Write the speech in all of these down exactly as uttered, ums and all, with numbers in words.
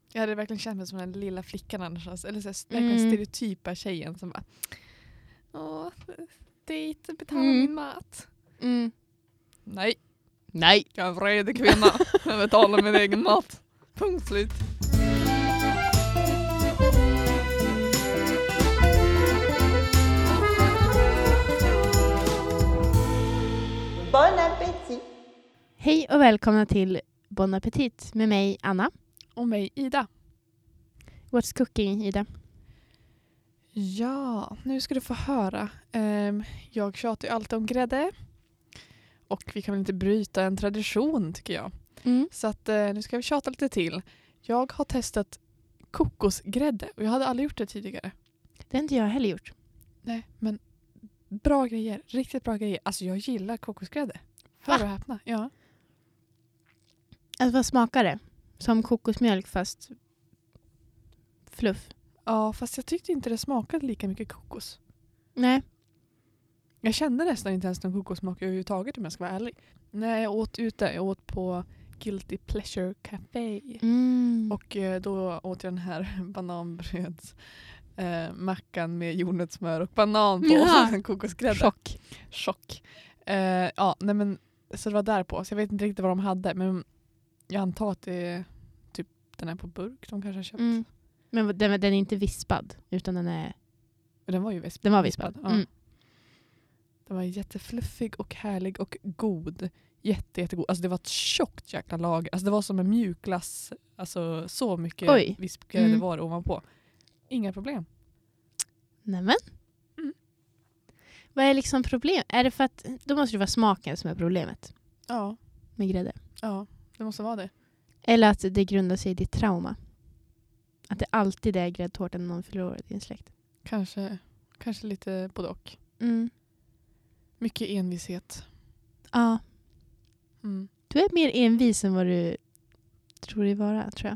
Jag hade verkligen känt mig som den lilla flickan annars. Eller så här, Mm. verkligen stereotypa tjejen som bara åh, dejt, betala Mm. min mat. Mm. Nej, Nej. jag är en vredig kvinna. Jag betalar min egen mat. Punkt slut. Bon appétit! Hej och välkomna till Bon Appetit med mig Anna. Och mig Ida. What's cooking, Ida? Ja, nu ska du få höra. Um, jag tjatar ju alltid om grädde. Och vi kan väl inte bryta en tradition tycker jag. Mm. Så att, uh, nu ska vi tjata lite till. Jag har testat kokosgrädde och jag hade aldrig gjort det tidigare. Det har inte jag heller gjort. Nej, men bra grejer. Riktigt bra grejer. Alltså jag gillar kokosgrädde. Hör Va? och häpna. Ja. Alltså vad smakar det? Som kokosmjölk fast fluff? ja, fast jag tyckte inte det smakade lika mycket kokos. Nej. Jag kände nästan inte ens någon kokossmak överhuvudtaget om jag ska vara ärlig. Nej, jag åt ute. Jag åt på Guilty Pleasure Café. Mm. Och eh, då åt jag den här bananbröds eh, mackan med jordnötssmör och banan på. Ja. Och kokosgrädde. Chock. Chock. Eh, ja, nej men så det var där på. Så jag vet inte riktigt vad de hade. Men jag antar att det är typ den är på burk de kanske har köpt. Mm. Men den, den är inte vispad utan den är... Och den var ju vispad. Den var vispad. Ja. Mm. Den var jättefluffig och härlig och god. Jätte, jättegod. Alltså det var ett tjockt jäkla lager. Alltså det var som en mjukglass. Alltså så mycket Oj. vispgrädde Mm. var det ovanpå. Inga problem. Nämen. Mm. Vad är liksom problem? Är det för att... Då måste det vara smaken som är problemet Ja, med grädde. ja, det måste vara det. Eller att det grundar sig i ditt trauma. Att det alltid är gräddtårta när någon fyller år i din släkt. Kanske, kanske lite både och. Mm. Mycket envishet. Ja. Mm. Du är mer envis än vad du tror dig vara, tror jag.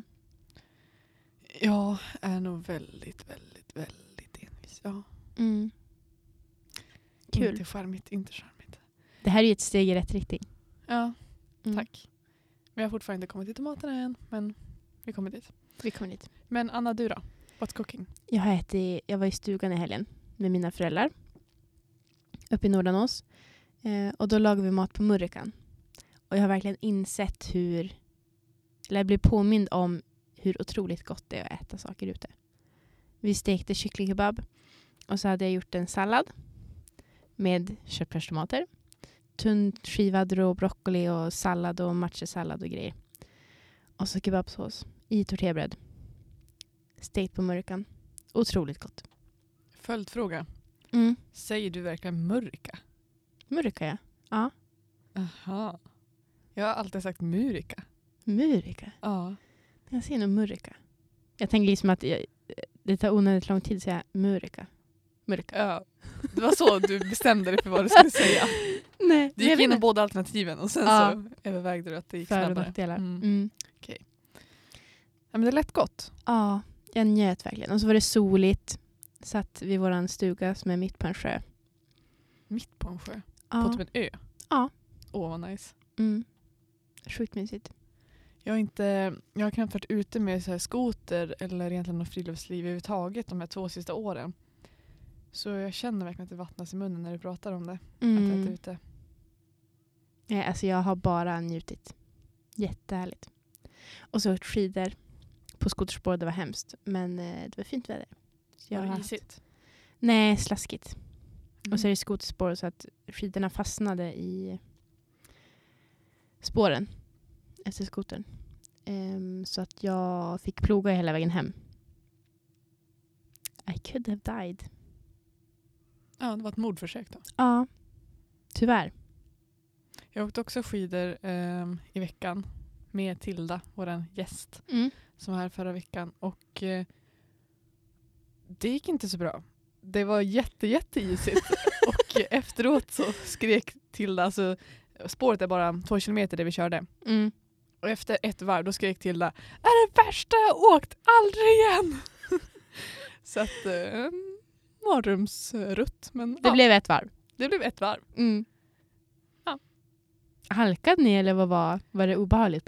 Jag är nog väldigt, väldigt, väldigt envis. Ja. Mm. Kul. Inte charmigt, inte charmigt. Det här är ju ett steg i rätt riktning. Ja, Mm. tack. Vi har fortfarande inte kommit till tomaterna än, men vi kommer dit. Vi kommer dit. Men Anna, du då? What's cooking? Jag, har ätit, jag var i stugan i helgen med mina föräldrar. Uppe i Nordanås. Eh, och då lagade vi mat på Murrikan. Och jag har verkligen insett hur... Eller jag blev påmind om hur otroligt gott det är att äta saker ute. Vi stekte kycklingkebab. Och så hade jag gjort en sallad. Med köttfärstomater. Tunt skivad rå broccoli och sallad och matjesallad och grejer. Och så kebabsås i tortillabröd. Stekt på Murrikan. Otroligt gott. Följdfråga. Mm. Säger du verkligen murrika? Murrika, ja. Ja. Aha. Jag har alltid sagt murika. Murika. Ja. Jag säger nog murrika. Jag tänker liksom att jag, det tar onödigt lång tid att säga murika. Murika. Ja. Det var så du bestämde dig för vad du skulle säga. Nej, Du gick igenom båda alternativen och sen Ja. så övervägde du att det gick för och snabbare. nackdelar. Mm. Mm. Ja, men det lät gott. Ja, jag njöt verkligen. Och så var det soligt. Satt vid våran stuga som är mitt på en sjö. Mitt på en sjö. Ja. På typ en ö. Ja. Åh, vad nice. Mm. Sjukt mysigt. Jag har, inte, jag har knappt varit ute med så här skoter eller egentligen något friluftsliv överhuvudtaget de här två sista åren. Så jag känner verkligen att det vattnas i munnen när du pratar om det. Att Mm. äta ute. Ja, alltså jag har bara njutit. Jättehärligt. Och så åkt skidor på skoterspår. Det var hemskt. Men eh, det var fint väder. Så jag Var har det haft- isigt? Nej, slaskigt. Mm. Och så är det skoterspår så att skidorna fastnade i spåren efter skotern. Um, så att jag fick ploga hela vägen hem. I could have died. Ja, det var ett mordförsök då. Ja, tyvärr. Jag åkte också skidor ehm, i veckan med Tilda, vår gäst, Mm. som var här förra veckan. Och eh, det gick inte så bra. Det var jätte, jätte isigt. Och eh, efteråt så skrek Tilda, alltså spåret är bara två kilometer där vi körde. Mm. Och efter ett varv då skrek Tilda, är det värsta jag åkt, aldrig igen! Så att, eh, mardrömsrutt. Men Det ja, blev ett varv. det blev ett varv. Mm. Ja. Halkade ni eller vad var, var det obehagligt bara?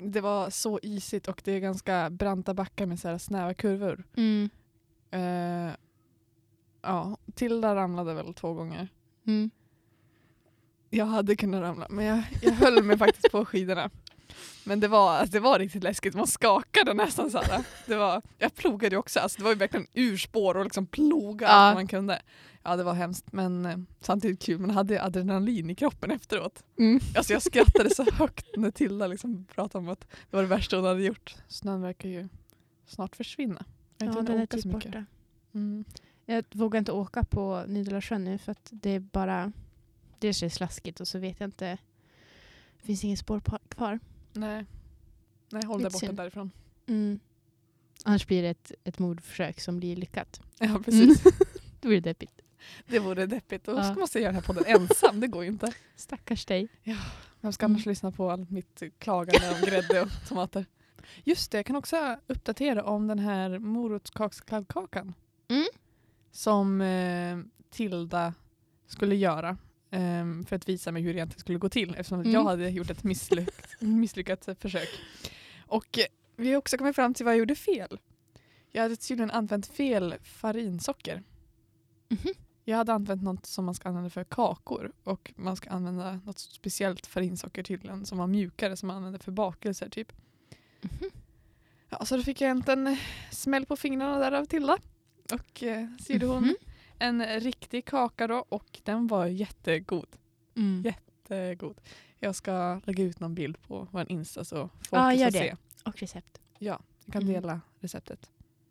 det var så isigt och det är ganska branta backar med så här snäva kurvor. Mm. Uh, ja, Tilda ramlade väl två gånger. Mm. Jag hade kunnat ramla, men jag, jag höll mig faktiskt på skidorna. Men det var, alltså, det var riktigt läskigt. Man skakade nästan så här. Det var, jag plogade ju också. Alltså, det var ju verkligen urspår och liksom ploga Ja. allt man kunde. Ja, det var hemskt. Men eh, samtidigt kul. Man hade adrenalin i kroppen efteråt. Mm. Alltså, jag skrattade så högt när Tilda liksom pratade om att det var det värsta hon hade gjort. Snön verkar ju snart försvinna. Jag Ja, vet inte den är åka så typ mycket. borta. Mm. Jag vågar inte åka på Nidalasjön nu för att det är bara... Det är så slaskigt och så vet jag inte... Det finns ingen spår på, kvar. Nej. Nej, håll Lite dig borta synd. därifrån. Mm. Annars blir det ett, ett mordförsök som blir lyckat. Ja, precis. Då blir det deppigt. Det vore deppigt. Och Ja. så måste jag göra den här podden ensam. Det går ju inte. Stackars dig. Vem ska annars Mm. lyssna på allt mitt klagande om grädde och tomater? Just det, jag kan också uppdatera om den här morotskakskladdkakan. Mm. Som eh, Tilda skulle göra. Eh, för att visa mig hur det egentligen skulle gå till. Eftersom Mm. jag hade gjort ett misslyck- misslyckat försök. Och eh, vi har också kommit fram till vad jag gjorde fel. Jag hade tydligen använt fel farinsocker. Mhm. Jag hade använt något som man ska använda för kakor. Och man ska använda något speciellt farinsocker tydligen som var mjukare som man använder för bakelser typ. Mhm. Ja, så då fick jag en smäll på fingrarna där av Tilda. Och eh, så gjorde hon Mhm. en riktig kaka då. Och den var jättegod. Mm. Jättegod. Jag ska lägga ut någon bild på vår Insta så folk Ja, gör får det. se. Och recept. Ja, jag kan Mm. dela receptet.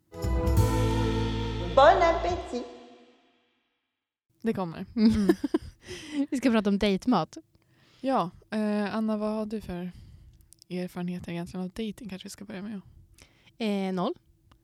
Bon appétit. Det kommer. Mm. Mm. Vi ska prata om dejtmat. Ja, eh, Anna, vad har du för erfarenheter egentligen av dating kanske vi ska börja med? Eh, noll.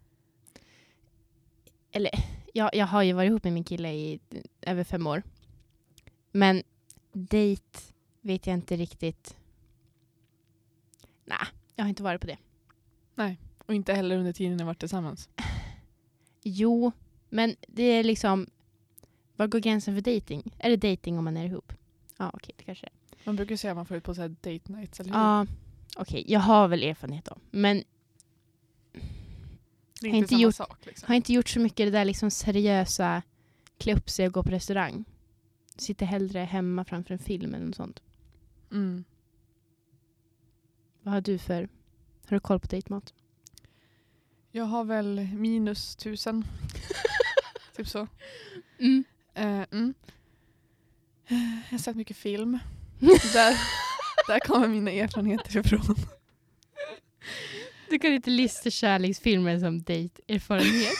Eller, jag, jag har ju varit ihop med min kille i eh, över fem år. Men dejt vet jag inte riktigt. Nej, jag har inte varit på det. Och inte heller under tiden ni varit tillsammans. Jo, men det är liksom... Var går gränsen för dating? Är det dating om man är ihop? Ja, okej, det kanske är. Man brukar säga att man får ut på så här date nights, eller hur? Ja, okej. Jag har väl erfarenhet då. Men det är har inte inte samma gjort- sak. Liksom. har inte gjort så mycket det där liksom seriösa klä upp sig och gå på restaurang. Sitter hellre hemma framför en film eller något sånt. Mm. Vad har du för... Har du koll på dejtmat? Jag har väl minus tusen. Typ så. Mm. Eh, mm. Jag har sett mycket film. där, där kommer mina erfarenheter ifrån. Du kan inte lista kärleksfilmer som dejterfarenhet.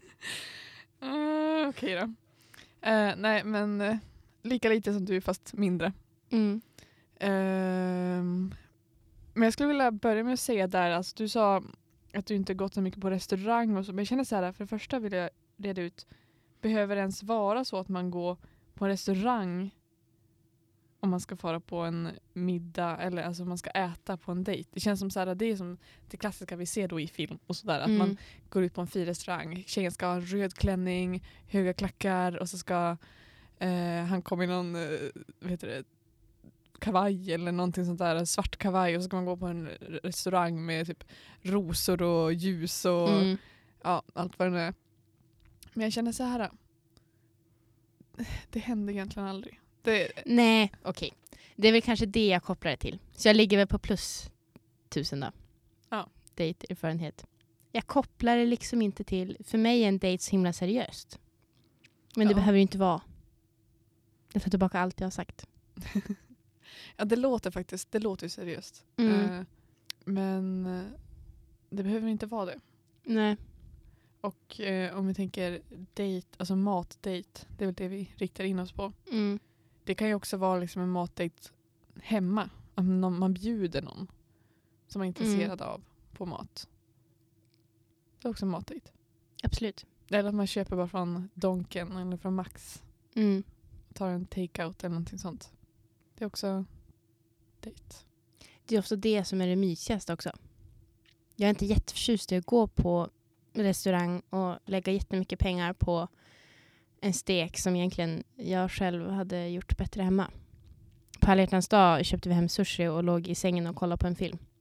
Uh, Okej då. Eh, nej, men eh, lika lite som du fast mindre. Mm. Ehm, men jag skulle vilja börja med att säga där, alltså du sa att du inte gått så mycket på restaurang och så, men jag känner så här, för det första vill jag reda ut, behöver det ens vara så att man går på en restaurang om man ska fara på en middag eller alltså man ska äta på en dejt? Det känns som så här, det är som det klassiska vi ser då i film och sådär, att Mm. man går ut på en fin restaurang, tjejen ska ha en röd klänning, höga klackar och så ska eh, han komma i någon eh, vad heter det, kavaj eller någonting sånt där, svart kavaj, och så ska man gå på en restaurang med typ rosor och ljus och Mm. ja, allt vad det nu är. Men jag känner så här, det händer egentligen aldrig. Det, Nej, okej. Det är väl kanske det jag kopplar det till. Så jag ligger väl på plus tusen då. Ja. Dejterfarenhet. Jag kopplar det liksom inte till... För mig är en dejt så himla seriöst. Men det Ja. behöver ju inte vara. Jag tar tillbaka allt jag har sagt. ja, det låter faktiskt, det låter ju seriöst. Mm. Eh, men eh, det behöver inte vara det. Nej. Och eh, om vi tänker dejt, alltså matdejt, det är väl det vi riktar in oss på. Mm. Det kan ju också vara liksom en matdejt hemma. Om någon, man bjuder någon som man är intresserad av på mat. Det är också en matdejt. Absolut. Eller att man köper bara från Donken eller från Max. Mm. Tar en takeout eller någonting sånt. Det är också dejt. Det är ofta det som är det mysigaste också. Jag är inte jätteförtjust i att gå på restaurang och lägga jättemycket pengar på en stek som egentligen jag själv hade gjort bättre hemma. På alla hjärtans dag köpte vi hem sushi och låg i sängen och kollade på en film.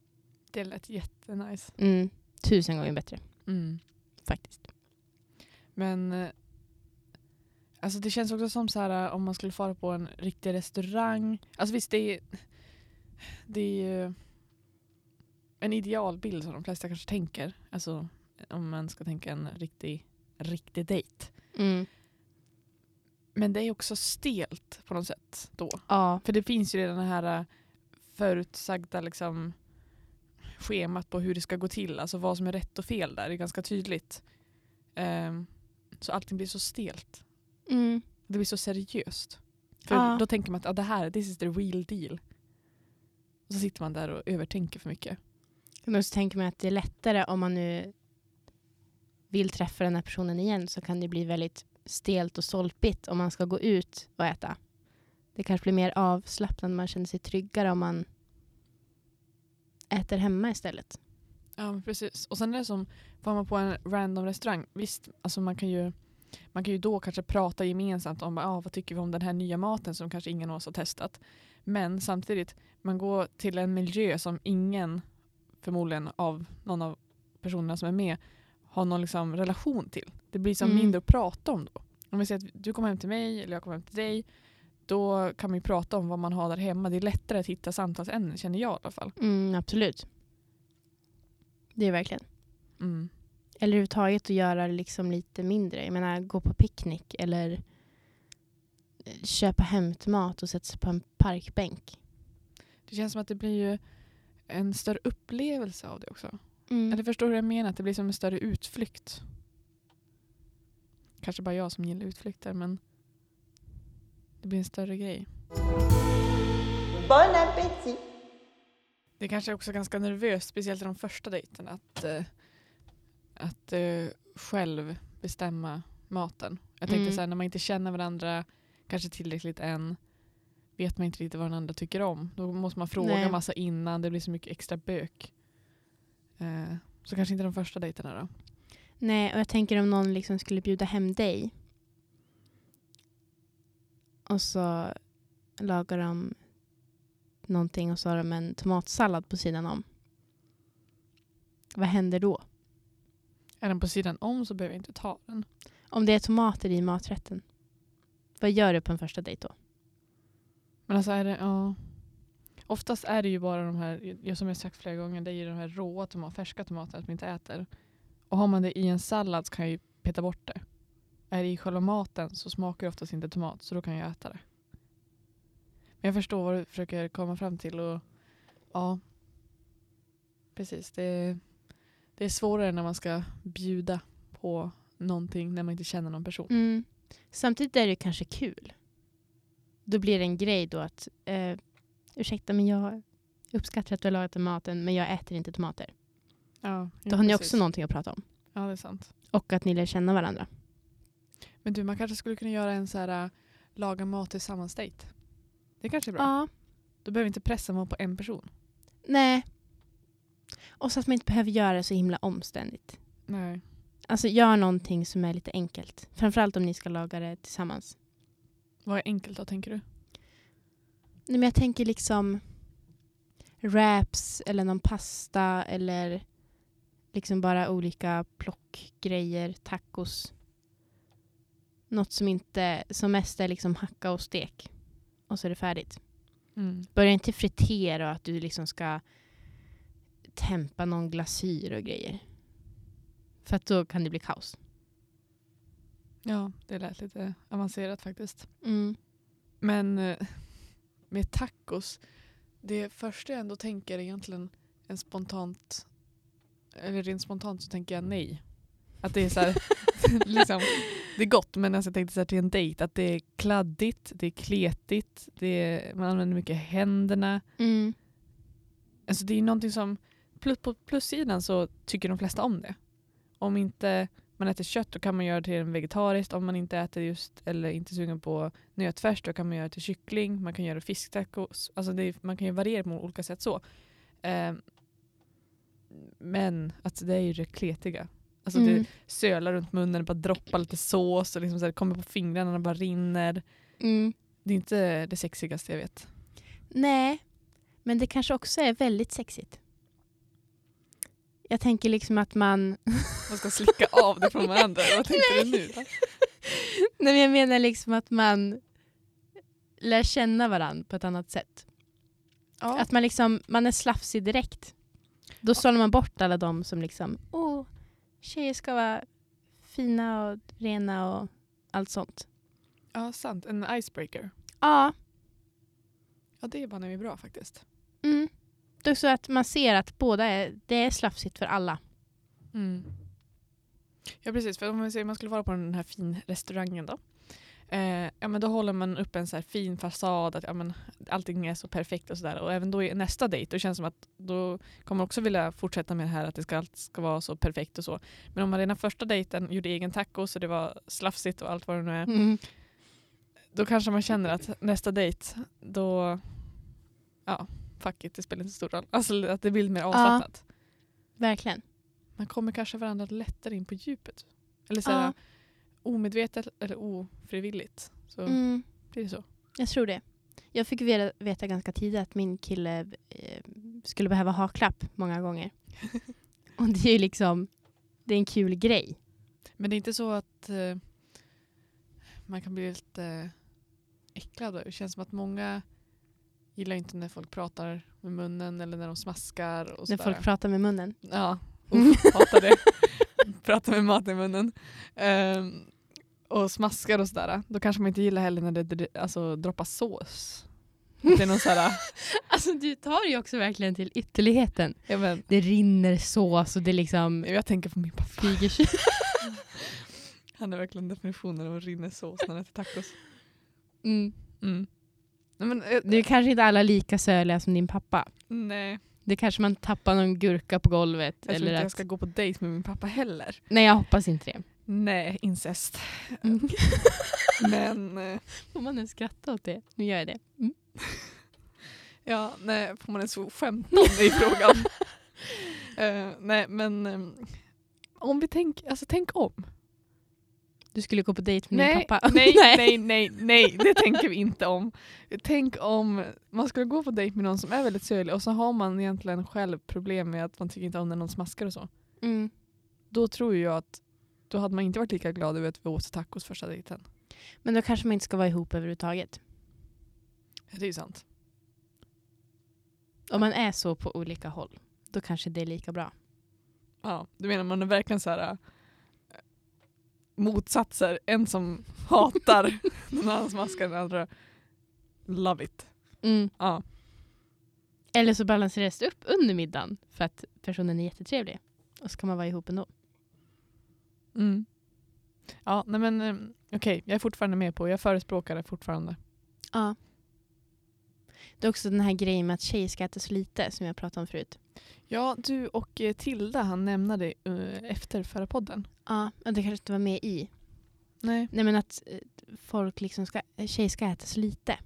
Det lät jättenice. Mm. Tusen gånger bättre. Mm. Faktiskt. Men eh, alltså det känns också som så här om man skulle fara på en riktig restaurang. Alltså visst, det är, det är ju en idealbild som de flesta kanske tänker. Alltså om man ska tänka en riktig, riktig dejt. Mm. Men det är också stelt på något sätt då. Ja. För det finns ju redan det här förutsagda liksom schemat på hur det ska gå till. Alltså vad som är rätt och fel där. Det är ganska tydligt. Um, så allting blir så stelt. Mm. Det blir så seriöst. För Ja. då tänker man att ah, det här, this is the real deal. Och så sitter man där och övertänker för mycket. Men så tänker man att det är lättare om man nu vill träffa den här personen igen, så kan det bli väldigt stelt och stolpigt om man ska gå ut och äta. Det kanske blir mer avslappnat, man känner sig tryggare om man äter hemma istället. Ja, men precis. Och sen är det som, får man på en random restaurang, visst, alltså man kan ju man kan ju då kanske prata gemensamt om ah, vad tycker vi om den här nya maten som kanske ingen av oss har testat. Men samtidigt, man går till en miljö som ingen, förmodligen av någon av personerna som är med, har någon liksom relation till. Det blir som Mm. mindre att prata om då. Om vi säger att du kommer hem till mig eller jag kommer hem till dig, då kan man ju prata om vad man har där hemma. Det är lättare att hitta samtalsämnen, känner jag i alla fall. Mm, absolut. Det är verkligen. Mm. Eller överhuvudtaget att göra det liksom lite mindre. Jag menar, gå på picknick eller köpa hämtmat och sätta sig på en parkbänk. Det känns som att det blir ju en större upplevelse av det också. Mm. Eller förstår du vad jag menar? Att det blir som en större utflykt. Kanske bara jag som gillar utflykter, men det blir en större grej. Bon appétit! Det är kanske också ganska nervöst, speciellt i de första dejterna, att, eh, att eh, själv bestämma maten. Jag tänkte Mm. så här, när man inte känner varandra kanske tillräckligt än, vet man inte riktigt vad den andra tycker om. Då måste man fråga Nej. massa innan, det blir så mycket extra bök. Eh, så kanske inte de första dejterna då. Nej, och jag tänker om någon liksom skulle bjuda hem dig. Och så lagar de någonting och så har de en tomatsallad på sidan om. Vad händer då? Är den på sidan om så behöver jag inte ta den. Om det är tomater i maträtten. Vad gör du på en första dejt då? Men alltså är det, ja. Oftast är det ju bara de här, jag som jag sagt flera gånger, det är ju de här råa tomater, färska tomater som man inte äter. Och har man det i en sallad så kan jag ju peta bort det. Är det i själva maten så smakar det oftast inte tomat, så då kan jag äta det. Men jag förstår vad du försöker komma fram till och ja, precis. Det, det är svårare när man ska bjuda på någonting när man inte känner någon person. Mm. Samtidigt är det kanske kul. Då blir det en grej då att eh, ursäkta, men jag uppskattar att du har lagat den maten, men jag äter inte tomater. Ja, Då har ni också någonting att prata om. Ja, det är sant. Och att ni lär känna varandra. Men du, man kanske skulle kunna göra en så här äh, laga mat tillsammans dejt. Det kanske är bra. Ja. Då behöver inte pressa vara på en person. Nej. Och så att man inte behöver göra det så himla omständigt. Nej. Alltså gör någonting som är lite enkelt. Framförallt om ni ska laga det tillsammans. Vad är enkelt då, tänker du? Nej, men jag tänker liksom wraps eller någon pasta eller liksom bara olika plockgrejer, tacos. Något som inte, som mest är liksom hacka och stek. Och så är det färdigt. Mm. Börja inte fritera och att du liksom ska tempa någon glasyr och grejer. För att då kan det bli kaos. Ja, det lät lite avancerat faktiskt. Mm. Men eh, med tacos, det första jag ändå tänker är egentligen en spontant, eller rent spontant så tänker jag nej. Att det är så här, liksom, det är gott, men alltså jag tänkte så här till en dejt att det är kladdigt, det är kletigt, det är, man använder mycket händerna. Mm. Alltså det är någonting som, plus, på plussidan så tycker de flesta om det. Om inte man äter kött då kan man göra det till en vegetariskt. Om man inte äter just, eller inte sugen på nötfärs då kan man göra det till kyckling. Man kan göra fisktacos. Alltså det är, man kan ju variera på olika sätt så. Eh, men alltså det är ju det kletiga. Alltså Mm. det sölar runt munnen, bara droppar lite sås och liksom så här, kommer på fingrarna och bara rinner. Mm. Det är inte det sexigaste jag vet. Nej, men det kanske också är väldigt sexigt. Jag tänker liksom att man... Man ska slicka av det från varandra. Vad tänkte du nu? Va? Nej, men jag menar liksom att man lär känna varandra på ett annat sätt. Ja. Att man liksom, man är slafsig direkt. Då sållar man bort alla de som liksom, åh, tjejer ska vara fina och rena och allt sånt. Ja, sant. En icebreaker. Ja. Ja, det är bara när vi är bra faktiskt. Mm. Det är också att man ser att båda är, det är slafsigt för alla. Mm. Ja, precis. För om man, säger, man skulle vara på den här fin restaurangen då. Eh, ja, men då håller man upp en så här fin fasad att ja, men, allting är så perfekt och sådär. Och även då i nästa dejt, då känns det som att då kommer man också vilja fortsätta med det här att det ska, allt ska vara så perfekt och så. Men om man redan första dejten gjorde egen tacos så det var slafsigt och allt vad det nu är. Mm. Då kanske man känner att nästa dejt, då ja, fuck it, det spelar inte stor roll. Alltså att det blir mer avslappnat. Ja, verkligen. Man kommer kanske varandra lättare in på djupet. Eller så här, Ja. omedvetet eller ofrivilligt. Så Mm. blir det så. Jag tror det. Jag fick veta, veta ganska tidigt att min kille eh, skulle behöva ha klapp många gånger. Och det är ju liksom, det är en kul grej. Men det är inte så att eh, man kan bli lite eh, äcklad. Det känns som att många gillar inte när folk pratar med munnen eller när de smaskar. Och När sådär. folk pratar med munnen. Ja, uff, hatar det. Pratar med mat i munnen. Um, och smaskar och sådär. Då kanske man inte gillar heller när det, det alltså, droppar sås. Det är någon sådär... Alltså du tar ju också verkligen till ytterligheten. Ja, men, Det rinner sås och det liksom jag tänker på min pappa. flyger sig. Han är verkligen definitionen av att rinna sås när han äter tacos. Mm. Mm. Nej, men, eh, Nu är kanske inte alla lika söliga som din pappa. nej, Det kanske man tappar någon gurka på golvet. jag tror eller inte att... jag ska gå på dejt med min pappa heller. Nej, jag hoppas inte det. Nej, incest. Mm. Men... Eh, Får man ens skratta åt det? Nu gör jag det. Mm. ja, nej, får man ens få skämta om det i frågan? uh, nej, men... Um, om vi tänker... Alltså, tänk om. Du skulle gå på dejt med Nej, din pappa. nej, nej, nej, nej, det tänker vi inte om. Tänk om man skulle gå på dejt med någon som är väldigt sölig och så har man egentligen själv problem med att man tycker inte om när någon smaskar och så. Mm. Då tror jag att då hade man inte varit lika glad över att vi åt tacos första dejten. Men då kanske man inte ska vara ihop överhuvudtaget. Ja, det är ju sant. Om man är så på olika håll, då kanske det är lika bra. Ja, du menar man är verkligen så här äh, motsatser. En som hatar någon annan smaskar, den andra love it. Mm. Ja. Eller så balanseras det upp under middagen för att personen är jättetrevlig. Och så kan man vara ihop ändå. Mm. Ja, nej men eh, okej, okay, jag är fortfarande med på, jag förespråkar det fortfarande. Ja. Det är också den här grejen med att tjejer ska äta så lite som jag pratade om förut. Ja, du och eh, Tilda han nämnde det uh, efter förra podden. Ja, och det kanske inte var med i. Nej. Nej, men att eh, folk liksom ska, tjejer ska äta så lite.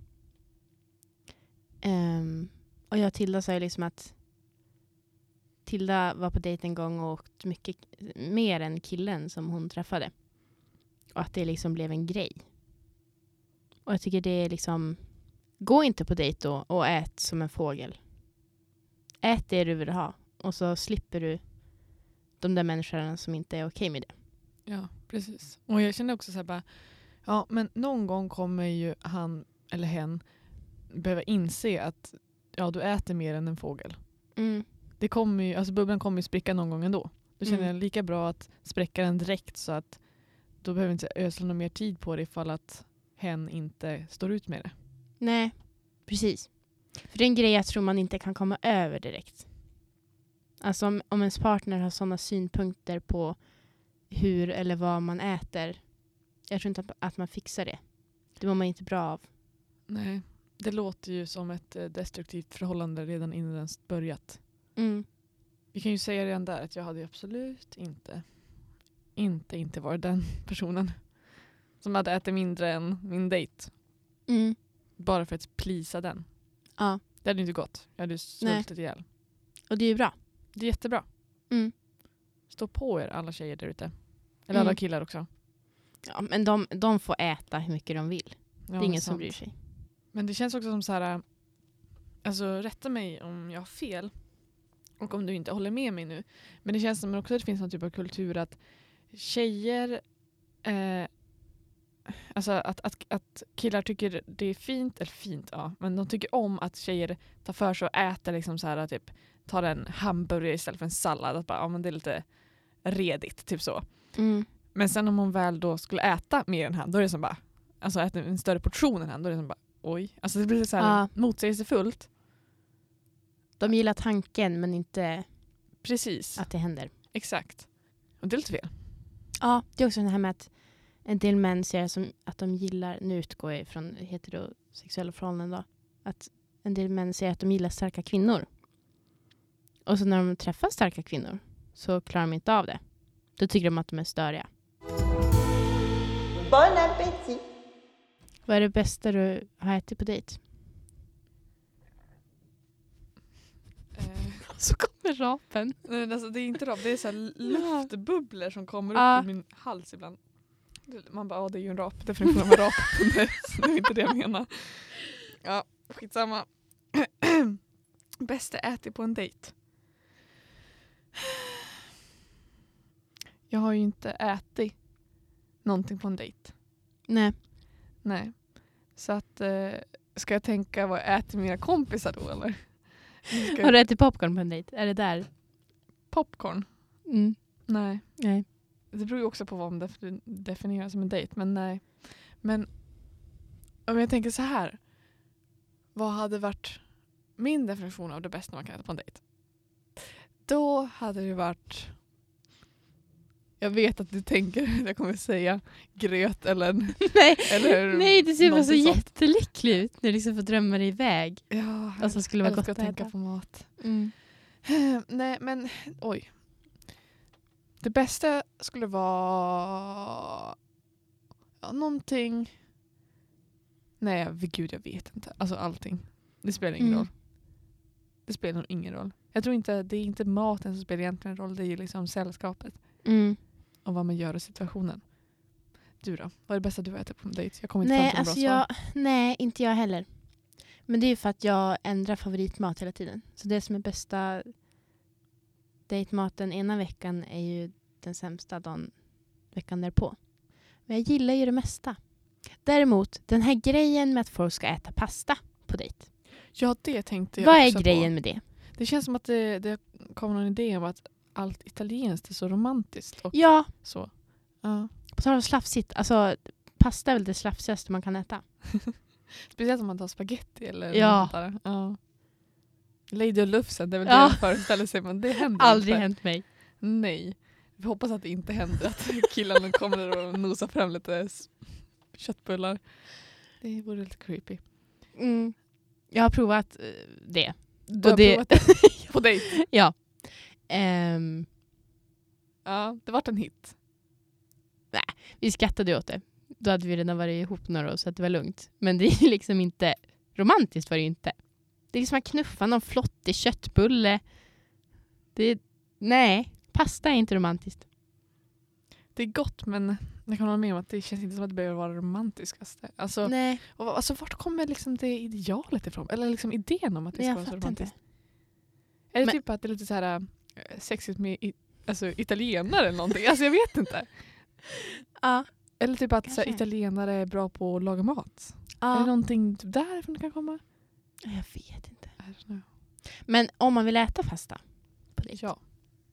Um, och jag och Tilda sa ju liksom att Tilda var på dejt en gång och åt mycket mer än killen som hon träffade. Och att det liksom blev en grej. Och jag tycker det är liksom, gå inte på dejt då och ät som en fågel. Ät det du vill ha. Och så slipper du de där människorna som inte är okej med det. Ja, precis. Och jag känner också så här bara, ja men någon gång kommer ju han eller hen behöva inse att ja, du äter mer än en fågel. Mm. Det kommer ju, alltså bubblan kommer ju spricka någon gång ändå. Då känner Mm. jag lika bra att spräcka den direkt så att då behöver inte ösla någon mer tid på det ifall att hen inte står ut med det. Nej, precis. För det är en grej jag tror man inte kan komma över direkt. Alltså om, om ens partner har sådana synpunkter på hur eller vad man äter. Jag tror inte att, att man fixar det. Det mår man inte bra av. Nej, det låter ju som ett eh, destruktivt förhållande redan innan den börjat. Mm. Vi kan ju säga redan där att jag hade absolut inte inte inte varit den personen som hade ätit mindre än min dejt. Mm. Bara för att plisa den. Ja, Det hade inte gått. Jag hade svultit ihjäl. och det är ju bra. Det är jättebra. Mm. Stå på er alla tjejer där ute. Eller Mm. alla killar också. Ja, men de, de får äta hur mycket de vill. Ja, det är ingen sant. som bryr sig. Men det känns också som så här, alltså rätta mig om jag har fel. och om du inte håller med mig nu. Men det känns som också att det finns någon typ av kultur att tjejer... Eh, alltså att, att, att killar tycker det är fint, eller fint, ja. Men de tycker om att tjejer tar för sig och äter liksom så här, typ tar en hamburgare istället för en sallad. Att bara, ja, men det är lite redigt, typ så. Mm. Men sen om hon väl då skulle äta mer än han, då är det som bara, alltså äta en större portion än han, då är det som bara, oj. Alltså det blir så här Ja. motsägelsefullt. De gillar tanken men inte Precis, att det händer. exakt. Och det är lite fel. Ja, det är också det här med att en del män ser som att de gillar, nu utgår jag från heterosexuella förhållanden då, att en del män ser att de gillar starka kvinnor. Och så när de träffar starka kvinnor så klarar de inte av det. Då tycker de att de är störiga. Bon appétit. Vad är det bästa du har ätit på dejt? Eh, Så kommer rapen. nej, alltså, det är inte rap, det är så här luftbubblor som kommer upp Ja. i min hals ibland. Man bara, ja det är ju en rap. Definitionen av en rap. Nej, så det är inte det jag menar. Ja, skitsamma. Bästa ätit på en dejt. Jag har ju inte ätit någonting på en dejt. Nej. Nej. Så att, eh, ska jag tänka vad jag äter med mina kompisar då eller? Ska Har du ätit popcorn på en dejt? Är det där? popcorn? Mm. Nej. Nej. Det beror ju också på vad man def- definierar som en dejt, men nej. Men om jag tänker så här. Vad hade varit min definition av det bästa man kan äta på en dejt? Då hade det varit... Jag vet att du tänker att jag kommer säga gröt eller... Nej. eller Nej, det ser bara så någonting sånt. jättelycklig ut när du liksom får drömma dig iväg. Ja, Och så skulle det vara älskar gott att att tänka äta. på mat. Mm. Nej, men oj. Det bästa skulle vara ja, någonting... Nej, vid gud, jag vet inte. Alltså allting. Det spelar ingen Mm. roll. Det spelar nog ingen roll. Jag tror inte, det är inte maten som spelar egentligen roll. Det är ju liksom sällskapet. Mm. Och vad man gör i situationen. Du då? Vad är det bästa du har ätit på en dejt? Jag kommer inte Nej, fram till alltså några bra jag, nej, inte jag heller. Men det är ju för att jag ändrar favoritmat hela tiden. Så det som är bästa dejtmaten ena veckan är ju den sämsta dagen veckan därpå. Men jag gillar ju det mesta. Däremot, den här grejen med att folk ska äta pasta på dejt. svar. Ja, det tänkte jag Vad är också grejen på. med det? Det känns som att det, det kommer någon idé om att allt italienskt är så romantiskt. Och Ja, så. Ja. på tal om slafsigt. Alltså, pasta är väl det slafsigaste man kan äta. Speciellt om man tar spaghetti eller Ja. något där. Ja. Lady och Lufsen, det är väl Ja. det jag föreställer sig, men det händer Aldrig inte. hänt mig. Nej. Vi hoppas att det inte händer, att killarna kommer och nosar fram lite s- köttbullar. Det vore lite creepy. Mm. Jag har provat eh, det. Du har det- provat det på dejt? Ja. Ehm, Ja, det vart en hit. vi skrattade åt det. Då hade vi redan varit ihop några år så att det var lugnt. Men det är liksom inte romantiskt var det ju inte. Det är liksom att knuffa någon flottig köttbulle. Det är, nej, pasta är inte romantiskt. Det är gott, men jag kan hålla med om att det känns inte som att det behöver vara det romantiskaste. Alltså, Nej, och, alltså vart kommer liksom det idealet ifrån? Eller liksom idén om att det jag ska vara så fattar inte. romantiskt? Är det Men- typ att det är lite så här äh, sexigt med i, alltså, italienare eller någonting? Alltså jag vet inte. Ja. Eller typ att så här, Kanske. italienare är bra på att laga mat. Är det ja. någonting typ därifrån det kan komma? Jag vet inte. I don't know. Men om man vill äta pasta på dejt. Ja,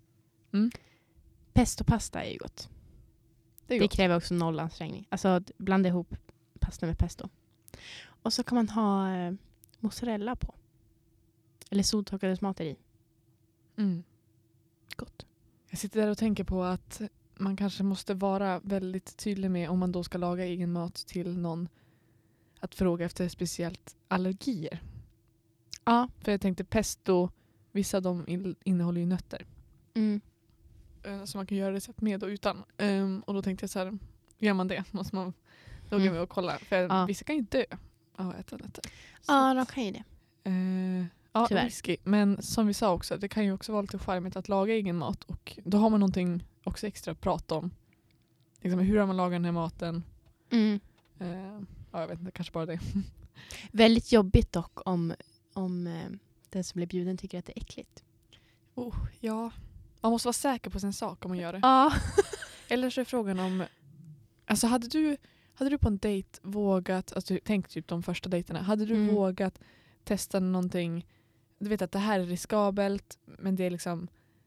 Pestopasta är ju gott. det är Det gott. kräver också noll ansträngning. Alltså att blanda ihop pasta med pesto. Och så kan man ha eh, mozzarella på. Eller soltorkade tomater i. Mm. Gott. Jag sitter där och tänker på att man kanske måste vara väldigt tydlig med om man då ska laga egen mat till någon att fråga efter speciellt allergier. Ja. För jag tänkte pesto, vissa av dem in- innehåller ju nötter. Mm. Eh, Så man kan göra recept med och utan. Um, och då tänkte jag så här, gör man det måste man logga Mm. med och kolla. För Ja. vissa kan ju dö av att äta nötter. Så Ja, att, de kan ju det. eh, ja, Tyvärr. risky. Men som vi sa också, det kan ju också vara lite charmigt att laga egen mat. Och då har man någonting också extra att prata om. Liksom, hur har man lagat den här maten? Mm. Eh, ja, jag vet inte, kanske bara det. Väldigt jobbigt dock om, om eh, den som blir bjuden tycker att det är äckligt. Oh, ja. Man måste vara säker på sin sak om man gör det. Ja. Eller så är frågan om... Alltså hade du, hade du på en dejt vågat... Alltså, tänk typ de första dejterna. Hade du Mm. vågat testa någonting... Du vet att det här är riskabelt. Men det är liksom...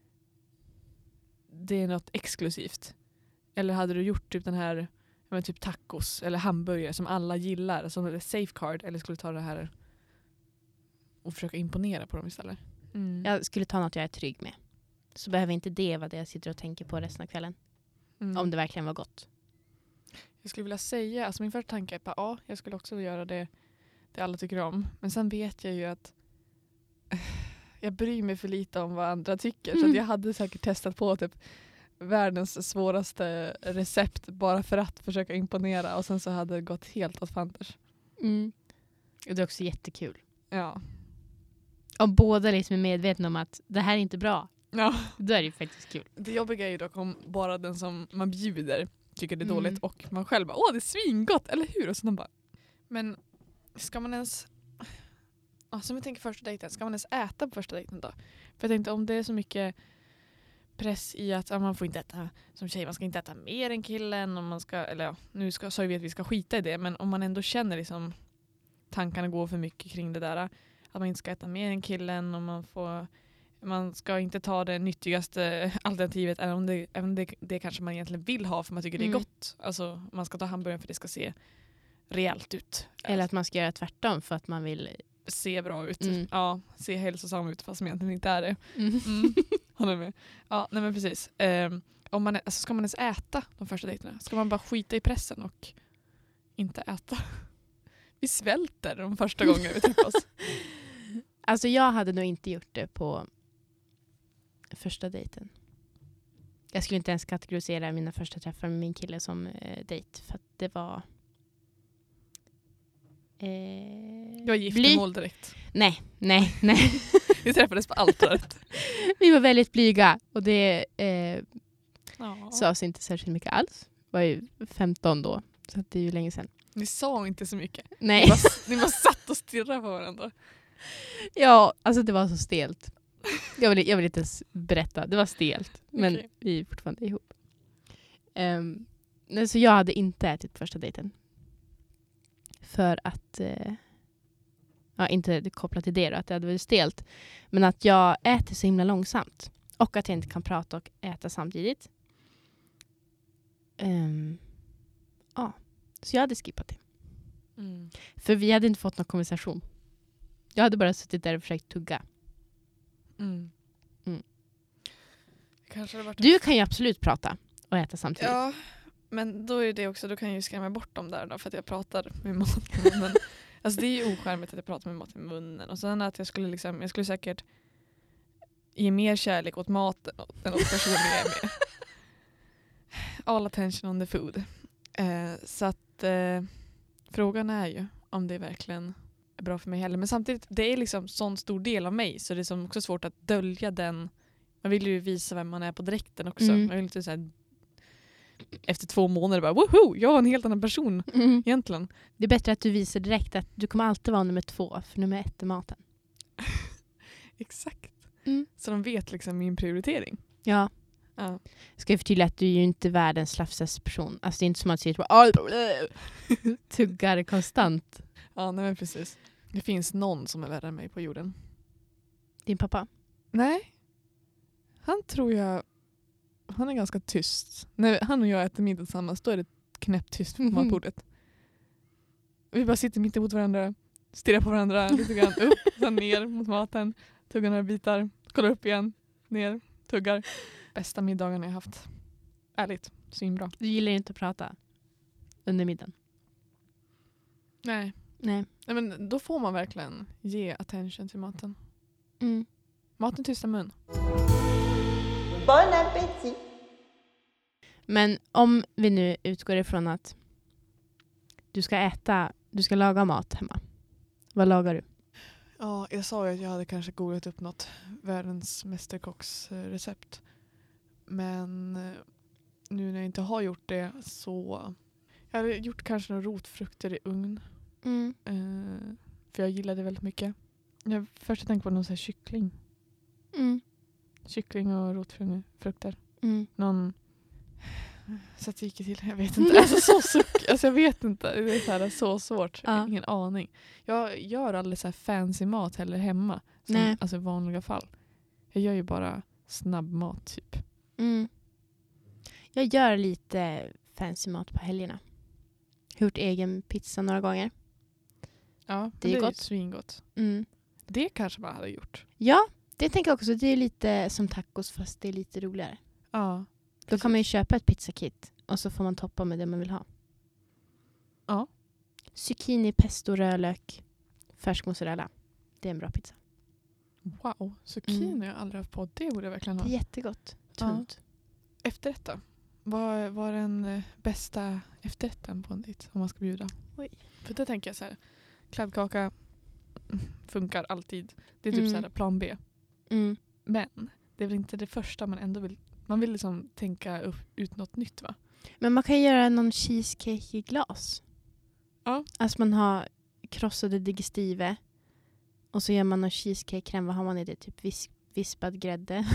Det är något exklusivt. Eller hade du gjort typ den här... Men typ tacos eller hamburgare som alla gillar. Som är safeguard. Eller skulle du ta det här... Och försöka imponera på dem istället. Mm. Jag skulle ta något jag är trygg med. Så behöver inte det vara det jag sitter och tänker på resten av kvällen. Mm. Om det verkligen var gott. Jag skulle vilja säga, alltså min första tanke är att ja, jag skulle också göra det, det alla tycker om. Men sen vet jag ju att jag bryr mig för lite om vad andra tycker. Mm. Så att jag hade säkert testat på typ världens svåraste recept bara för att försöka imponera. Och sen så hade det gått helt åt fanters. Mm. Och det är också jättekul. Ja. Om båda liksom är medvetna om att det här är inte bra. ja. Då är det ju faktiskt kul. Det jobbiga är ju dock om bara den som man bjuder tycker det är Mm. dåligt och man själv bara, åh det är svingott, eller hur? Och så de bara, men ska man ens, alltså om vi tänker första dejten, ska man ens äta på första dejten då? För jag tänkte om det är så mycket press i att ja, man får inte äta, som tjej, man ska inte äta mer än killen, om man ska, eller ja, nu ska, så vi att vi ska skita i det, men om man ändå känner liksom tankarna går för mycket kring det där, att man inte ska äta mer än killen, och man får man ska inte ta det nyttigaste alternativet, även om det, även det, det kanske man egentligen vill ha för man tycker det är Mm. gott. Alltså man ska ta hamburgaren för det ska se rejält ut. Eller att man ska göra tvärtom för att man vill... Se bra ut. Mm. Ja, se hälsosam ut fast man egentligen inte är det. Mm. Mm. Håller med. Ja, nej men precis. Um, om man, alltså ska man ens äta de första dejterna? Ska man bara skita i pressen och inte äta? Vi svälter de första gångerna vi träffas. Alltså jag hade nog inte gjort det på första dejten. Jag skulle inte ens kategorisera mina första träffar med min kille som eh, dejt. För att det var... Eh, Jag var bly- giftermål direkt. Nej, nej, nej. Vi träffades på altaret. Vi var väldigt blyga. Och det eh, Ja. sades inte särskilt mycket alls. Jag var ju femton då. Så att det är ju länge sedan. Ni sa inte så mycket. Nej. Ni bara, ni bara satt och stirrade på varandra. Ja, alltså det var så stelt. Jag vill, jag vill inte ens berätta. Det var stelt. Men Okej. vi är fortfarande ihop. Um, så jag hade inte ätit på första dejten. För att... Uh, ja, inte kopplat till det då, att det hade varit stelt. Men att jag äter så himla långsamt. Och att jag inte kan prata och äta samtidigt. Um, ja, så jag hade skippat det. Mm. För vi hade inte fått någon konversation. Jag hade bara suttit där och försökt tugga. Mm. Mm. Kanske hade varit Du kan ju absolut prata och äta samtidigt. Ja, men då är det också, då kan jag ju skrämma bort dem där då, för att jag pratar med mat i munnen. Alltså det är ju oskärmigt att jag pratar med mat i munnen. Och sen att jag skulle liksom, jag skulle säkert ge mer kärlek åt maten än åt personen jag är med. All attention on the food. Eh, så att eh, frågan är ju om det verkligen är bra för mig heller. Men samtidigt, det är liksom sån stor del av mig, så det är som också svårt att dölja den. Man vill ju visa vem man är på direkten också. Mm. Man vill inte så här, efter två månader bara, woho, jag var en helt annan person Mm. egentligen. Det är bättre att du visar direkt att du kommer alltid vara nummer två, för nummer ett är maten. Exakt. Mm. Så de vet liksom min prioritering. Ja. Ja. Ska jag förtydliga att du är ju inte världens slafsigaste person. Alltså det är inte som att du bara tuggar konstant. Ja, nej men precis. Det finns någon som är värre än mig på jorden. Din pappa? Nej. Han tror jag... Han är ganska tyst. När han och jag äter middag tillsammans, då är det knäpptyst på Mhm. matbordet. Vi bara sitter mitt emot varandra, stirrar på varandra lite grann, upp, sen ner mot maten, tuggar några bitar, kollar upp igen, ner, tuggar. Bästa middagen jag haft. Ärligt, svinbra. Du gillar inte att prata under middagen? Nej. Nej. Nej, men då får man verkligen ge attention till maten. Mm. Maten tysta mun. Bon appétit. Men om vi nu utgår ifrån att du ska äta, du ska laga mat hemma. Vad lagar du? Ja, jag sa ju att jag hade kanske googlat upp något världens mästerkocksrecept. Men eh, nu när jag inte har gjort det så... Jag hade gjort kanske några rotfrukter i ugn. Mm. Eh, för jag gillade det väldigt mycket. Jag först tänkte på någon sån här kyckling. Mm. Kyckling och rotfrukter. Mm. Någon tzatziki till, jag vet inte. Alltså så suck, alltså jag vet inte. Det är så, här, så svårt, Ja. ingen aning. Jag gör aldrig så här fancy mat heller hemma. Som, Nej. alltså i vanliga fall. Jag gör ju bara snabbmat typ. Mm. Jag gör lite fancy mat på helgerna. Gjort egen pizza några gånger. Ja, Det är det är gott. ju svingott. Mm. Det kanske man hade gjort. Ja, det tänker jag också. Det är lite som tacos fast det är lite roligare. Ja. Då kan man ju köpa ett pizzakit och så får man toppa med det man vill ha. Ja. Zucchini, pesto, rödlök, färsk mozzarella. Det är en bra pizza. Wow, zucchini Mm. har jag aldrig haft på. Det borde jag verkligen Det ha. är jättegott. Tunt. Efterrätt då? Vad var den eh, bästa efterrätten på en dejt om man ska bjuda? Oj. För då tänker jag så här, kladdkaka mm, funkar alltid. Det är typ Mm. så här plan B. Mm. Men det är väl inte det första man ändå vill. Man vill liksom tänka upp, ut något nytt, va? Men man kan göra någon cheesecake i glas. Ja. Alltså man har krossade digestive. Och så gör man någon cheesecake-kräm. Vad har man i det? Typ vis- vispad grädde.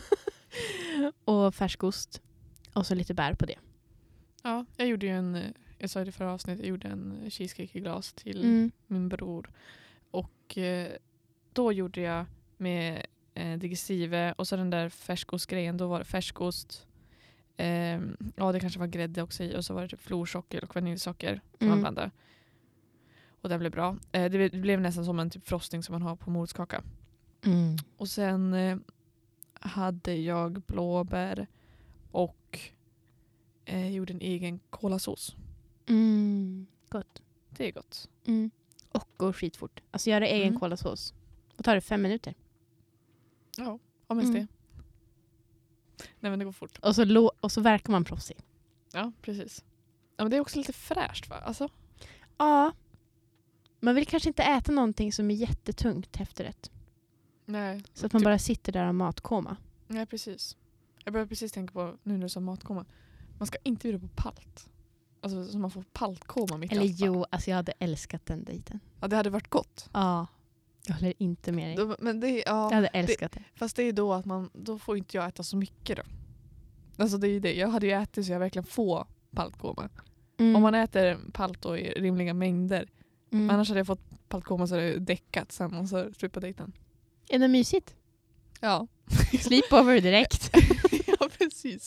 och färskost. Och så lite bär på det. Ja, jag gjorde ju en, eh, jag sa i det förra avsnittet, jag gjorde en cheesecake i glas till Mm. min bror. Och eh, då gjorde jag med eh, digestive och så den där färskostgrejen, då var det färskost. Eh, ja, det kanske var grädde också i och så var det typ florsocker och vaniljsocker som Mm. man blandade. Och det blev bra. Eh, det blev nästan som en typ frosting som man har på morotskaka. Mm. Och sen eh, hade jag blåbär och eh, gjorde en egen kolasås. Mm. Gott. Det är gott. Mm. Och går skitfort. Alltså göra egen Mm. kolasås. Vad tar det? Fem minuter? Ja, om ens Mm. det. Nej, men det går fort. Och så, lo- och så verkar man proffsig. Ja, precis. Ja, men det är också lite fräscht, va? Alltså, Ja. Man vill kanske inte äta någonting som är jättetungt efterrätt. nej. Så att man Typ- bara sitter där och matkoma. Nej, precis. Jag börjar precis tänka på, nu när du sa matkoma. Man ska inte bjuda på palt. Alltså så man får paltkoma mitt i Eller allt, va? jo, alltså jag hade älskat den dejten. Ja, det hade varit gott. Ja. Jag håller inte med dig. Då, men det, Jag ja, hade älskat det. fast det är då att man, då får inte jag äta så mycket då. Alltså det är ju det. Jag hade ju ätit så jag verkligen får paltkoma. Mm. Om man äter palt då i rimliga mängder. Mm. Annars hade jag fått paltkoma så hade jag däckat sen och så slut på dejten. Är det mysigt? Ja. Sleepover direkt. Ja, precis.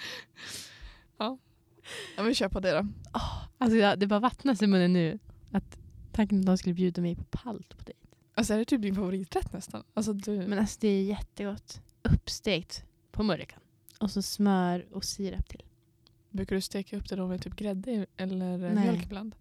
Ja. Ja, vi kör på det då. Alltså jag, det bara vattnas i munnen nu. Att tanken att de skulle bjuda mig på palt på dig. Alltså är det typ din favoriträtt nästan? Alltså du... Men alltså det är jättegott. Uppstekt på mörkan. Och så smör och sirap till. Brukar du steka upp det då med typ grädde eller Nej. mjölk ibland?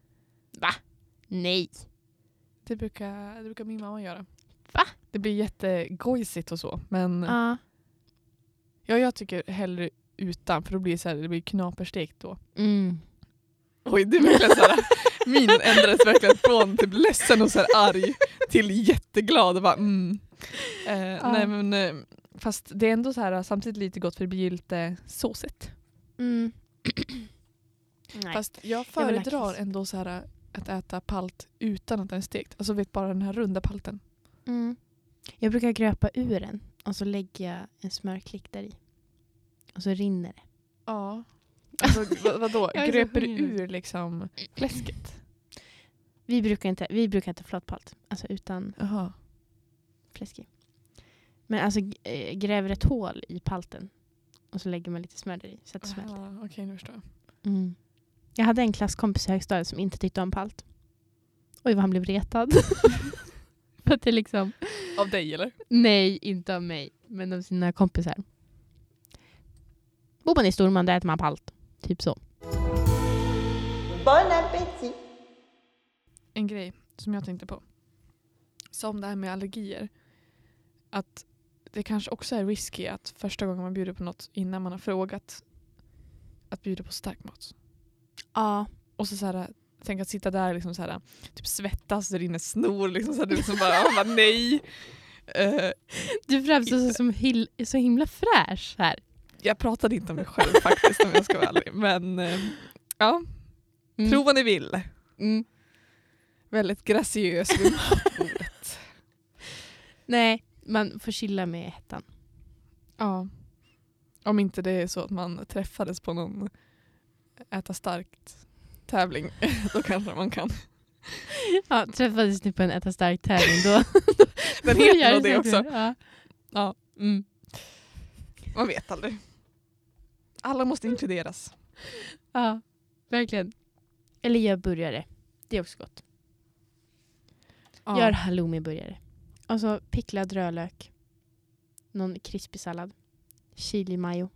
Nej. Det brukar, det brukar min mamma göra. Va? Det blir jättegojsigt och så. Men Ja. ja, jag tycker hellre utan. För då blir det, så här, det blir knaperstekt då. Mm. Oj, det är verkligen så här. Min ändrades verkligen från typ ledsen och så här arg till jätteglad och bara mm. Eh, Ja. Nej men eh, fast det är ändå så här samtidigt lite gott för det blir ju lite såsigt. Mm. Nej. Fast jag Jag vill föredrar lakrits. ändå så här att äta palt utan att den är stekt. Alltså vet bara den här runda palten. Mm. Jag brukar gröpa ur den. Och så lägger jag en smörklick där i. Och så rinner det. Ja. Alltså vad, vadå? Jag är så Gröper du hungrig. ur liksom fläsket? Vi brukar inte, vi brukar inte flatpalt. Alltså utan Jaha. fläsk i. Men alltså g- äh, gräver ett hål i palten. Och så lägger man lite smör där i. Så att det smälter. Aha, Okej, nu förstår jag. Mm. Jag hade en klasskompis i högstadiet som inte tyckte om palt. Oj, vad han blev retad. För att det liksom... Av dig eller? Nej, inte av mig. Men av sina kompisar. Bor man i Storman, där äter man palt. Typ så. Bon appétit. En grej som jag tänkte på. Som det här med allergier. Att det kanske också är risky att första gången man bjuder på något innan man har frågat att bjuda på stark mat. Ja. Och så så här, tänk att sitta där liksom så här, typ svettas, det rinner snor liksom så här, du liksom bara, ah, bara nej. Uh, Du framstår så, som hil- så himla fräsch här. jag pratade inte om mig själv faktiskt om jag ska vara ärlig. Men uh, ja, Mm. tro vad ni vill. Mm. Väldigt graciös vid matbordet. Nej, man får chilla med hettan. Ja. Om inte det är så att man träffades på någon äta starkt tävling, då kanske man kan. Ja, träffades ni på en äta stark tävling då? Den heter nog det också. Ja. Ja. Mm. Man vet aldrig. Alla måste inkluderas. Ja, verkligen. Eller gör burgare. Det är också gott. Ja. Gör halloumi-burgare. Och så picklad rödlök. Någon krispig sallad. Chili mayo.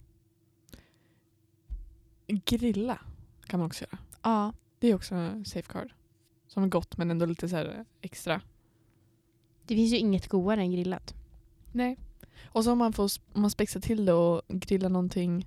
Grilla kan man också göra. Ja. Det är också en safeguard. Som är gott men ändå lite så här extra. Det finns ju inget godare än grillat. Nej. Och så om man får om man spexar till det och grilla någonting.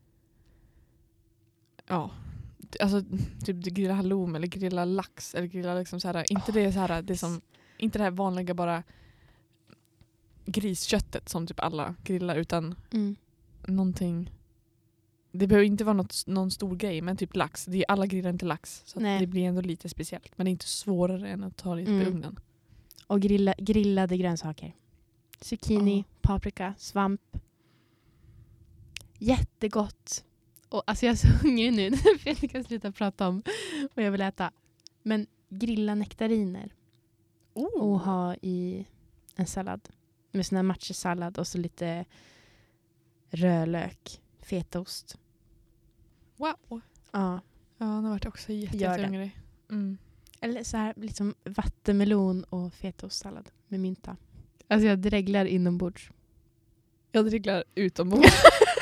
Ja. Alltså typ grilla halloumi eller grilla lax eller grilla liksom så här, inte Oh, det så här det som inte det här vanliga bara grisköttet som typ alla grillar utan Mm. någonting. Det behöver inte vara något, någon stor grej men typ lax. Det är, alla grillar inte lax så att det blir ändå lite speciellt men det är inte svårare än att ta det Mm. i ugnen. Och grilla, grillade grönsaker. Zucchini, Oh. paprika, svamp. Jättegott. Och alltså jag är så hungrig nu för jag inte kan sluta prata om vad jag vill äta. Men grilla nektariner Oh. och ha i en sallad. Med sån här matjesallad och så lite rödlök, fetaost. Wow. Ja. Ja, nu vart jag också jätte, Gör det. jättehungrig. Mm. Eller så här liksom vattenmelon och fetaostsallad med mynta. Alltså jag dreglar inombords. Jag dricklar utombords.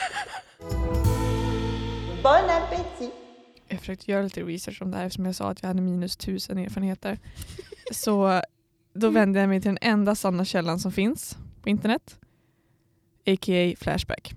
Bon appétit. Jag försökte göra lite research om det här eftersom jag sa att jag hade minus tusen erfarenheter. Så då vände jag mig till den enda sanna källan som finns på internet. A K A Flashback.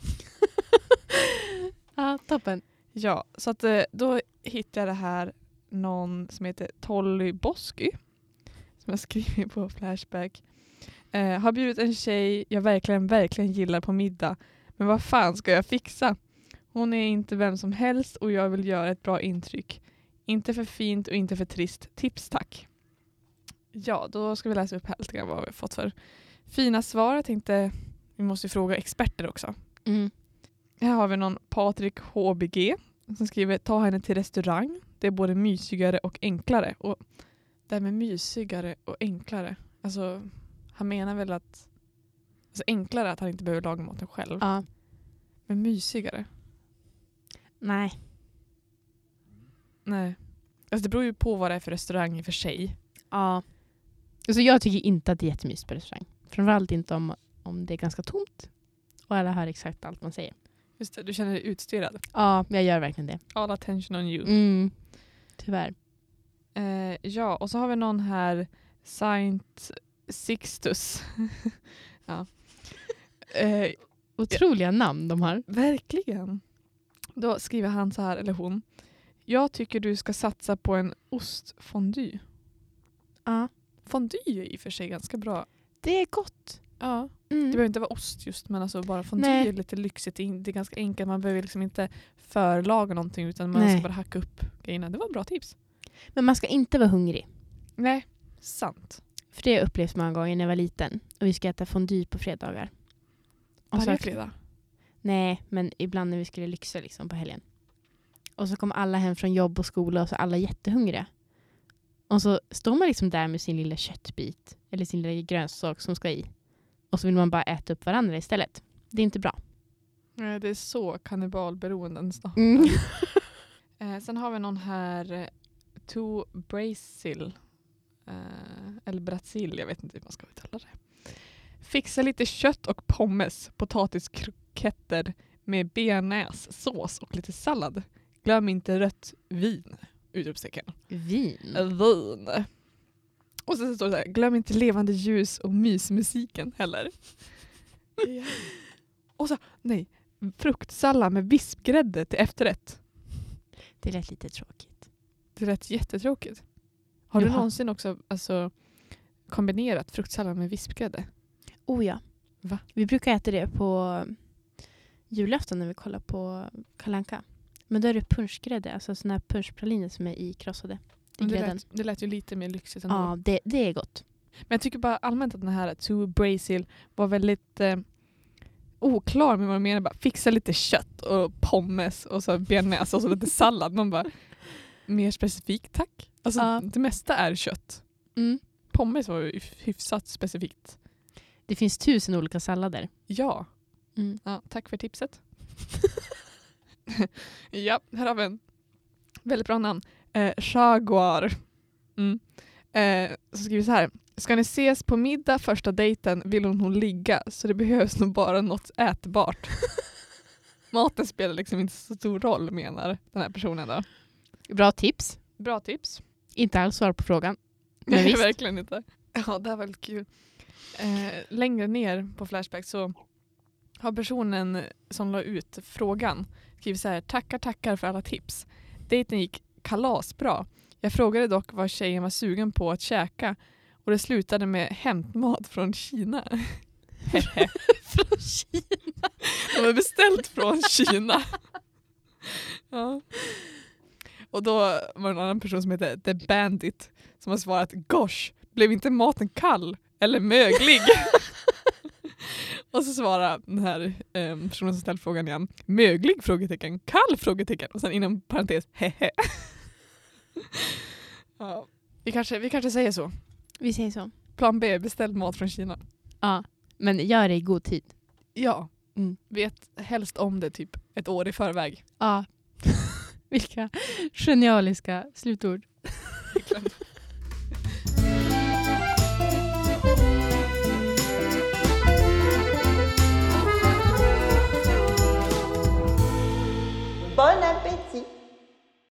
Ja, toppen. Ja, så att eh, då hittade jag det här någon som heter Tolly Bosky som jag skriver på Flashback. Eh, har bjudit en tjej jag verkligen, verkligen gillar på middag. Men vad fan ska jag fixa? Hon är inte vem som helst och jag vill göra ett bra intryck. Inte för fint och inte för trist. Tips tack. Ja, då ska vi läsa upp här lite grann vad vi har fått för fina svar. Jag tänkte, vi måste ju fråga experter också. Mm. Här har vi någon Patrik H B G som skriver ta henne till restaurang. Det är både mysigare och enklare. Och det här med mysigare och enklare. Alltså, han menar väl att alltså enklare att han inte behöver laga maten själv. Ja. Men mysigare? Nej. Nej. Alltså det beror ju på vad det är för restaurang i och för sig. Ja. Alltså jag tycker inte att det är jättemysigt på restaurang. Framförallt inte om, om det är ganska tomt. Och alla hör exakt allt man säger. Just det, du känner dig utstirrad. Ja, jag gör verkligen det. All attention on you. Mm. Tyvärr. Eh, ja, och så har vi någon här Saint Sixtus. ja. Eh, Otroliga namn de har. verkligen. Då skriver han så här, eller hon. Jag tycker du ska satsa på en ostfondue. Ja. Fondue är i och för sig ganska bra. Det är gott. Ja. Det Mm. behöver inte vara ost just, men alltså bara fondue Nej. är lite lyxigt. Det är det är ganska enkelt. Man behöver liksom inte förlaga någonting utan man Nej. ska bara hacka upp grejerna. Det var bra tips. Men man ska inte vara hungrig. Nej, sant. För det har jag upplevt många gånger när jag var liten. Och vi ska äta fondue på fredagar. Och så- Varje fredag. Nej, men ibland när vi skulle lyxa liksom på helgen. Och så kom alla hem från jobb och skola och så alla jättehungriga. Och så står man liksom där med sin lilla köttbit eller sin lilla grönsak som ska i. Och så vill man bara äta upp varandra istället. Det är inte bra. Nej, det är så kannibalberoenden snart. Mm. Eh, sen har vi någon här eh, To Brazil. Eh, eller Brasil, jag vet inte hur man ska uttala det. Fixa lite kött och pommes, potatiskroketter med bearnaisesås och lite sallad. Glöm inte rött vin. Utropstecken. Vin. Mm. Vin. Och sen står det så här, glöm inte levande ljus och mysmusiken heller. Ja. Och så, nej, fruktsallad med vispgrädde till efterrätt. Det lät lite tråkigt. Det lät jättetråkigt. Har du Jaha. någonsin också alltså, kombinerat fruktsallad med vispgrädde? Oh ja. Va? Vi brukar äta det på julafton när vi kollar på Kalle Anka. Men då är det punschgrädde, alltså såna här punschpraliner som är i krossade. I Det grädden. lät, det lät ju lite mer lyxigt ändå. Ja, det, det är gott. Men jag tycker bara allmänt att den här To Brazil var väldigt... Eh, oklar med vad de menar. Bara, fixa lite kött och pommes och så bearnaise och så lite sallad. Man bara, mer specifikt tack. Alltså Ja. det mesta är kött. Mm. Pommes var ju hyfsat specifikt. Det finns tusen olika sallader. Ja. Mm. Ja, tack för tipset. Ja, här har vi en väldigt bra namn. Eh, Jaguar. Mm. Eh, så skriver vi så här. Ska ni ses på middag första dejten vill hon, hon ligga så det behövs nog bara något ätbart. Maten spelar liksom inte så stor roll menar den här personen då. Bra tips. Bra tips. Inte alls svar på frågan. Men Nej, visst. verkligen inte. Ja, det var väldigt kul. Eh, längre ner på Flashback så har personen som la ut frågan skrivit så här: tackar, tackar för alla tips. Dejten gick kalasbra. Jag frågade dock vad tjejen var sugen på att käka och det slutade med hämtmat från Kina. Från Kina. De har beställt från Kina. Ja. Och då var det en annan person som heter The Bandit som har svarat: gosh, blev inte maten kall eller möglig? Och så svarar den här eh, personen som ställt frågan igen: möglig? Frågetecken. Kall? Frågetecken. Och sen inom parentes, hehe. Ja. Vi, kanske, vi kanske säger så. Vi säger så. Plan B, beställd mat från Kina. Ja, men gör det i god tid. Ja, Mm. vet helst om det typ ett år i förväg. Ja. Vilka genialiska slutord. Verkligen.